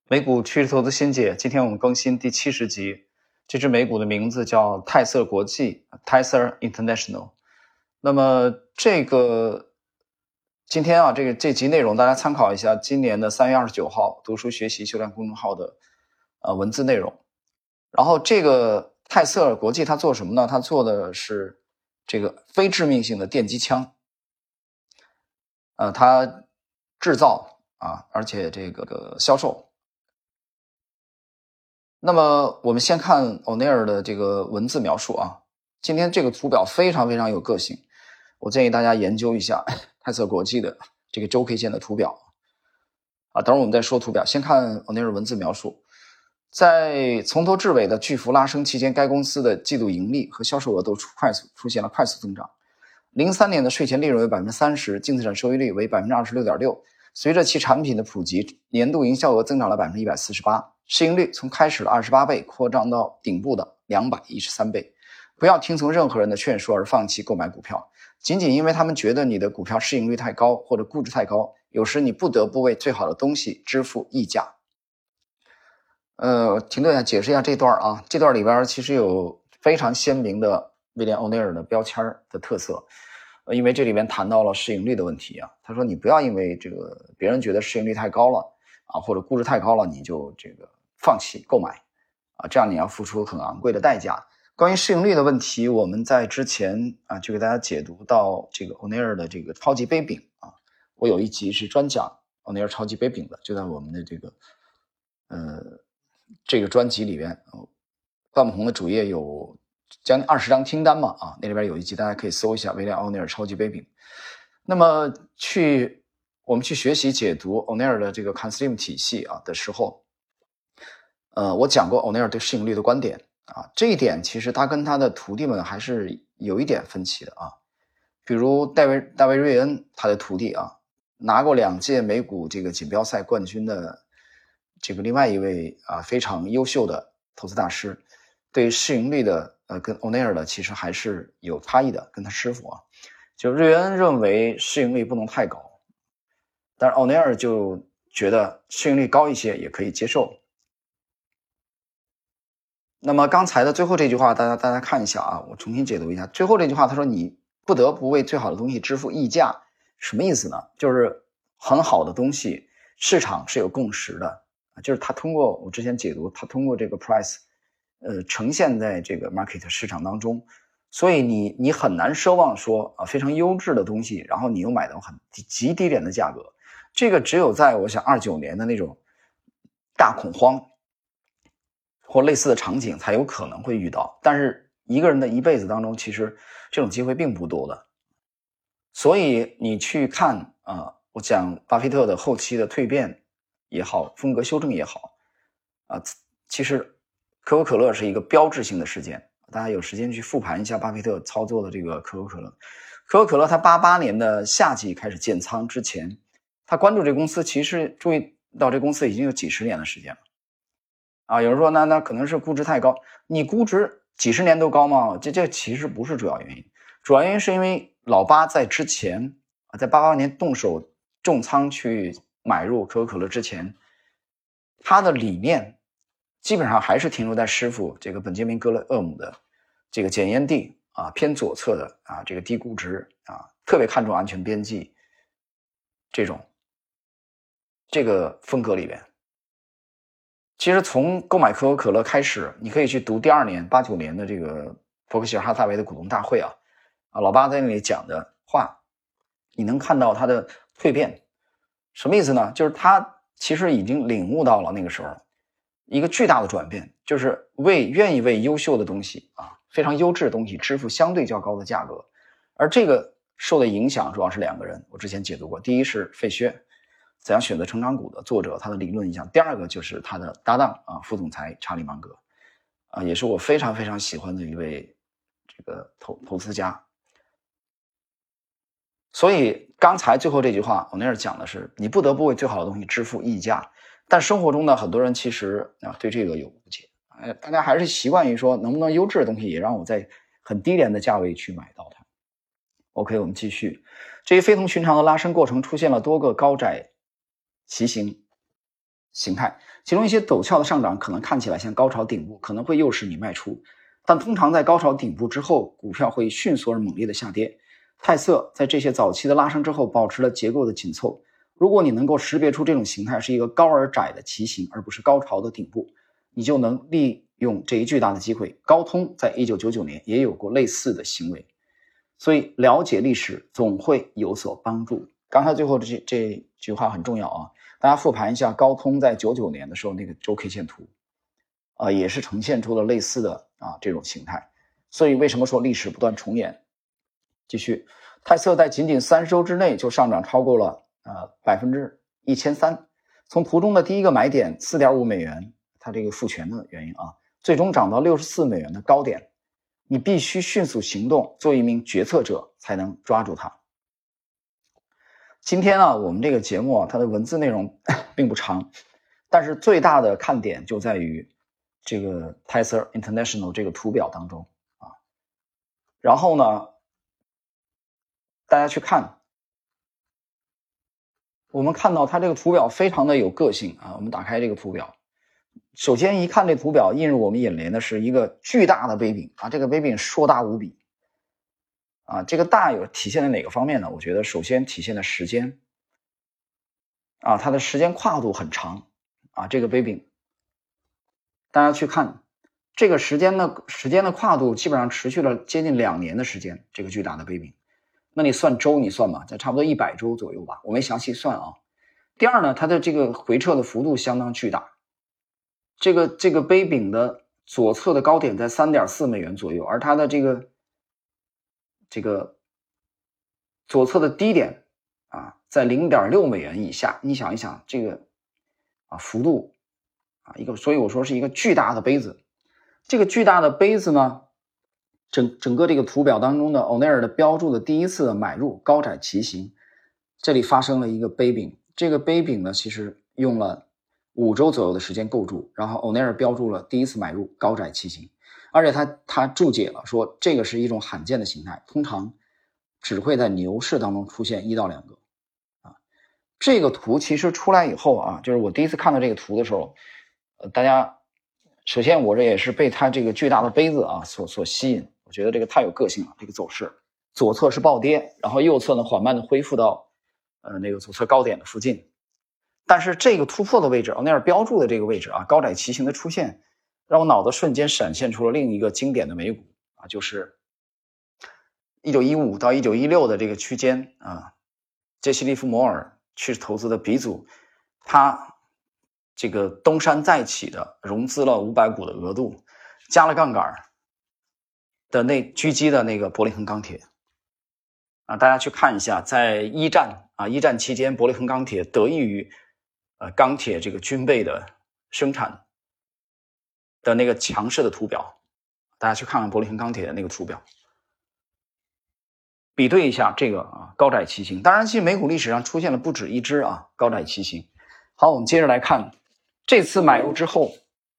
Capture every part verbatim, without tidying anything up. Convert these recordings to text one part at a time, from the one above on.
美股趋势投资新解，今天我们更新第七十集。这只美股的名字叫泰瑟国际 Tether International。 那么这个今天啊，这个这集内容大家参考一下今年的三月二十九号读书学习修炼公众号的呃文字内容。然后这个泰瑟国际它做什么呢？它做的是这个非致命性的电击枪。呃，它制造啊，而且这个、这个销售。那么我们先看欧内尔的这个文字描述啊。今天这个图表非常非常有个性，我建议大家研究一下泰瑟国际的这个周 K 线的图表啊。等会儿我们再说图表，先看欧内尔文字描述。在从头至尾的巨幅拉升期间，该公司的季度盈利和销售额都快速出现了快速增长。零三年的税前利润为 百分之三十， 净资产收益率为 百分之二十六点六。 随着其产品的普及，年度营销额增长了 百分之一百四十八， 市盈率从开始的二十八倍扩张到顶部的两百一十三倍。不要听从任何人的劝说而放弃购买股票，仅仅因为他们觉得你的股票市盈率太高或者估值太高，有时你不得不为最好的东西支付溢价。呃，停顿一下，解释一下这段啊。这段里边其实有非常鲜明的威廉·欧内尔的标签的特色，呃，因为这里面谈到了市盈率的问题啊。他说你不要因为这个别人觉得市盈率太高了啊，或者估值太高了，你就这个放弃购买啊，这样你要付出很昂贵的代价。关于市盈率的问题，我们在之前啊就给大家解读到这个欧内尔的这个超级杯柄啊，我有一集是专讲欧内尔超级杯柄的，就在我们的这个呃这个专辑里边，半木红的主页有将近二十张听单嘛啊，那里边有一集大家可以搜一下威廉·欧内尔超级杯柄。那么去我们去学习解读欧内尔的这个 Conslim 体系啊的时候，呃，我讲过欧内尔对市盈率的观点啊，这一点其实他跟他的徒弟们还是有一点分歧的啊。比如戴维戴维瑞恩他的徒弟啊，拿过两届美股这个锦标赛冠军的这个另外一位啊非常优秀的投资大师，对市盈率的呃跟欧内尔的其实还是有差异的，跟他师傅啊。就瑞恩认为市盈率不能太高，但是欧内尔就觉得市盈率高一些也可以接受。那么刚才的最后这句话大家大家看一下啊，我重新解读一下。最后这句话他说你不得不为最好的东西支付溢价，什么意思呢？就是很好的东西市场是有共识的，就是他通过我之前解读，他通过这个 price 呃呈现在这个 market 市场当中，所以你你很难奢望说啊非常优质的东西，然后你又买到很极低廉的价格。这个只有在我想二九年的那种大恐慌或类似的场景才有可能会遇到，但是一个人的一辈子当中，其实这种机会并不多的。所以你去看啊、呃，我讲巴菲特的后期的蜕变也好，风格修正也好啊、呃，其实可口可乐是一个标志性的事件。大家有时间去复盘一下巴菲特操作的这个可口可乐。可口可乐他八八年的夏季开始建仓之前，他关注这公司，其实注意到这公司已经有几十年的时间了。啊，有人说那那可能是估值太高，你估值几十年都高吗？这这其实不是主要原因，主要原因是因为老巴在之前啊，在八八年动手重仓去买入可口可乐之前，他的理念基本上还是停留在师傅这个本杰明格雷厄姆的这个检验地啊，偏左侧的啊，这个低估值啊，特别看重安全边际这种这个风格里边。其实从购买可口可乐开始，你可以去读第二年八九年的这个伯克希尔哈撒韦的股东大会啊，啊，老巴在那里讲的话，你能看到他的蜕变。什么意思呢？就是他其实已经领悟到了那个时候一个巨大的转变，就是为愿意为优秀的东西啊，非常优质的东西支付相对较高的价格。而这个受的影响主要是两个人，我之前解读过，第一是费薛，怎样选择成长股的作者，他的理论影响。第二个就是他的搭档啊，副总裁查理芒格啊，也是我非常非常喜欢的一位这个投投资家。所以刚才最后这句话，我那儿讲的是你不得不为最好的东西支付溢价。但生活中呢，很多人其实啊对这个有误解，哎，大家还是习惯于说能不能优质的东西也让我在很低廉的价位去买到它。OK， 我们继续。这一非同寻常的拉升过程出现了多个高窄旗形形态，其中一些陡峭的上涨可能看起来像高潮顶部，可能会诱使你卖出，但通常在高潮顶部之后，股票会迅速而猛烈的下跌。泰瑟在这些早期的拉升之后保持了结构的紧凑，如果你能够识别出这种形态是一个高而窄的旗形，而不是高潮的顶部，你就能利用这一巨大的机会。高通在一九九九年也有过类似的行为，所以了解历史总会有所帮助。刚才最后这这句话很重要啊，大家复盘一下高通在九九年的时候那个周 K 线图，啊、呃，也是呈现出了类似的啊这种形态。所以为什么说历史不断重演？继续，泰瑟在仅仅三十周之内就上涨超过了呃百分之一千三，从图中的第一个买点四点五美元，它这个复权的原因啊，最终涨到六十四美元的高点。你必须迅速行动，做一名决策者才能抓住它。今天啊，我们这个节目啊，它的文字内容并不长，但是最大的看点就在于这个 Tether International 这个图表当中啊。然后呢，大家去看，我们看到它这个图表非常的有个性啊。我们打开这个图表，首先一看这图表，映入我们眼帘的是一个巨大的杯柄啊，这个杯柄硕大无比啊。这个大有体现在哪个方面呢？我觉得首先体现在时间啊，它的时间跨度很长啊。这个杯柄，大家去看这个时间的时间的跨度，基本上持续了接近两年的时间。这个巨大的杯柄，那你算周，你算吧，在差不多一百周左右吧，我没详细算啊。第二呢，它的这个回撤的幅度相当巨大。这个这个杯柄的左侧的高点在 三点四美元左右，而它的这个这个左侧的低点啊在 零点六美元以下。你想一想这个啊幅度啊一个，所以我说是一个巨大的杯子。这个巨大的杯子呢，整整个这个图表当中的欧奈尔的标注的第一次的买入高窄旗形，这里发生了一个杯柄。这个杯柄呢，其实用了五周左右的时间构筑，然后欧奈尔标注了第一次买入高窄旗形，而且他他注解了说这个是一种罕见的形态，通常只会在牛市当中出现一到两个啊。这个图其实出来以后啊，就是我第一次看到这个图的时候，呃，大家首先我这也是被它这个巨大的杯子啊所所吸引，我觉得这个太有个性了。这个走势左侧是暴跌，然后右侧呢缓慢的恢复到呃那个左侧高点的附近。但是这个突破的位置，欧奈尔标注的这个位置啊，高窄旗形的出现，让我脑子瞬间闪现出了另一个经典的美股啊，就是一九一五到一九一六的这个区间啊，杰西·利弗摩尔去投资的鼻祖，他这个东山再起的融资了五百股的额度，加了杠杆的那狙击的那个伯利恒钢铁啊，大家去看一下，在一战啊一战期间，伯利恒钢铁得益于呃钢铁这个军备的生产的那个强势的图表，大家去看看伯利恒钢铁的那个图表，比对一下这个啊高窄旗形。当然，其实美股历史上出现了不止一只啊高窄旗形。好，我们接着来看，这次买入之后，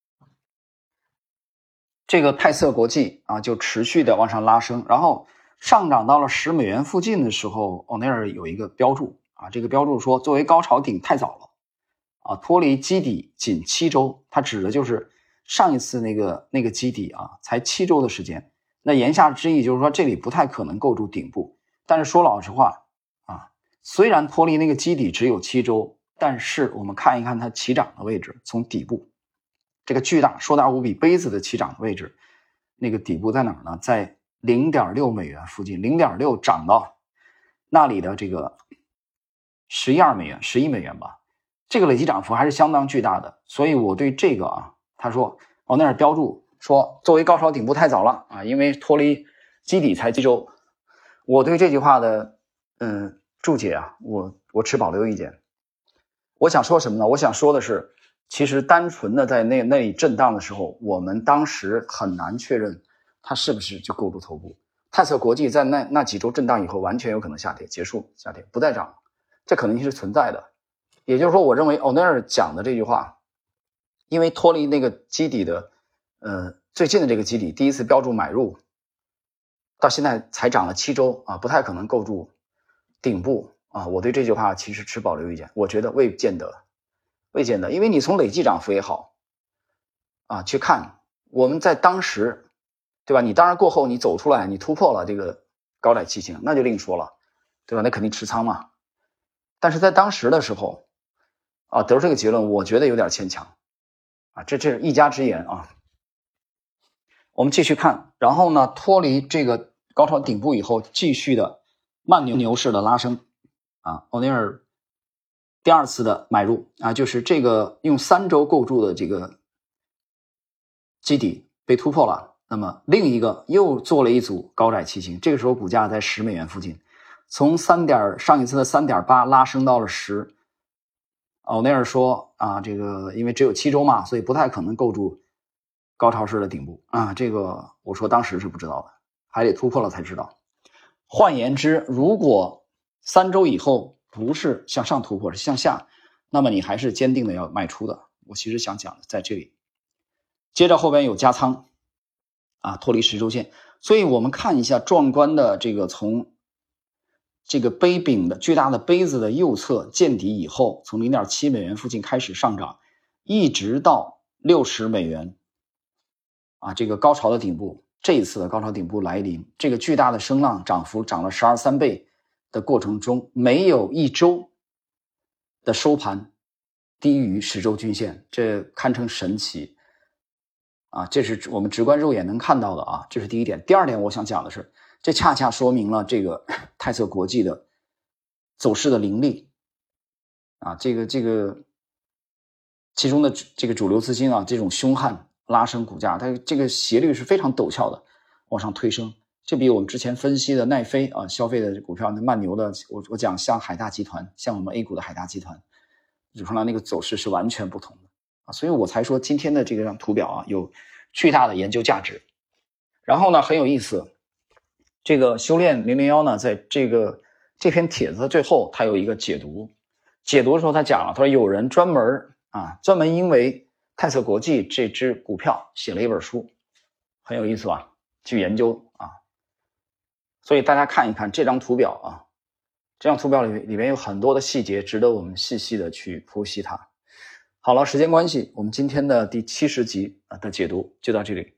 这个泰瑟国际啊就持续的往上拉升，然后上涨到了十美元附近的时候，欧奈尔有一个标注啊，这个标注说作为高潮顶太早了啊，脱离基底仅七周，它指的就是上一次那个那个基底啊才七周的时间。那言下之意就是说这里不太可能构筑顶部。但是说老实话啊，虽然脱离那个基底只有七周，但是我们看一看它起涨的位置，从底部这个巨大硕大无比杯子的起涨的位置，那个底部在哪儿呢？在 零点六美元附近， 零点六 涨到那里的这个十一二美元十一美元吧，这个累计涨幅还是相当巨大的。所以我对这个啊，他说欧奈尔标注说作为高潮顶部太早了啊，因为脱离基底才几周。我对这句话的嗯注解啊，我我持保留意见。我想说什么呢？我想说的是，其实单纯的在那那里震荡的时候，我们当时很难确认它是不是就构筑头部。泰瑟国际在那那几周震荡以后，完全有可能下跌，结束下跌，不再涨，这可能性是存在的。也就是说，我认为欧奈尔讲的这句话，因为脱离那个基底的呃最近的这个基底，第一次标注买入，到现在才涨了七周啊，不太可能构筑顶部啊。我对这句话其实持保留意见，我觉得未见得。 未见得，因为你从累计涨幅也好啊去看，我们在当时，对吧？你当然过后你走出来，你突破了这个高载期型，那就另说了，对吧？那肯定持仓嘛。但是在当时的时候啊，得出这个结论，我觉得有点牵强啊，这这是一家之言啊。我们继续看，然后呢，脱离这个高潮顶部以后，继续的慢牛牛式的拉升啊，欧尼尔第二次的买入啊，就是这个用三周构筑的这个基底被突破了，那么另一个又做了一组高载期型，这个时候股价在十美元附近，从三点上一次的 三点八 拉升到了十。欧内尔说啊，这个因为只有七周嘛，所以不太可能构筑高潮式的顶部啊，这个我说当时是不知道的，还得突破了才知道。换言之，如果三周以后不是向上突破，是向下，那么你还是坚定的要卖出的。我其实想讲的在这里。接着后边有加仓啊，脱离十周线，所以我们看一下壮观的这个从这个杯柄的巨大的杯子的右侧见底以后，从 零点七美元附近开始上涨，一直到六十美元啊，这个高潮的顶部，这一次的高潮顶部来临，这个巨大的声浪涨幅涨了十二三倍的过程中，没有一周的收盘低于十周均线，这堪称神奇啊！这是我们直观肉眼能看到的啊，这是第一点。第二点，我想讲的是，这恰恰说明了这个泰瑟国际的走势的凌厉啊，这个这个其中的这个主流资金啊，这种凶悍拉升股价，它这个斜率是非常陡峭的往上推升，这比我们之前分析的奈飞啊消费的股票那慢牛的，我我讲像海大集团，像我们 A 股的海大集团，指出来那个走势是完全不同的啊，所以我才说今天的这个图表啊有巨大的研究价值。然后呢，很有意思。这个修炼零零一呢，在这个这篇帖子的最后，他有一个解读。解读的时候，他讲了，他说有人专门啊，专门因为泰瑟国际这只股票写了一本书，很有意思吧？去研究啊。所以大家看一看这张图表啊，这张图表里里面有很多的细节，值得我们细细的去剖析它。好了，时间关系，我们今天的第七十集的解读就到这里。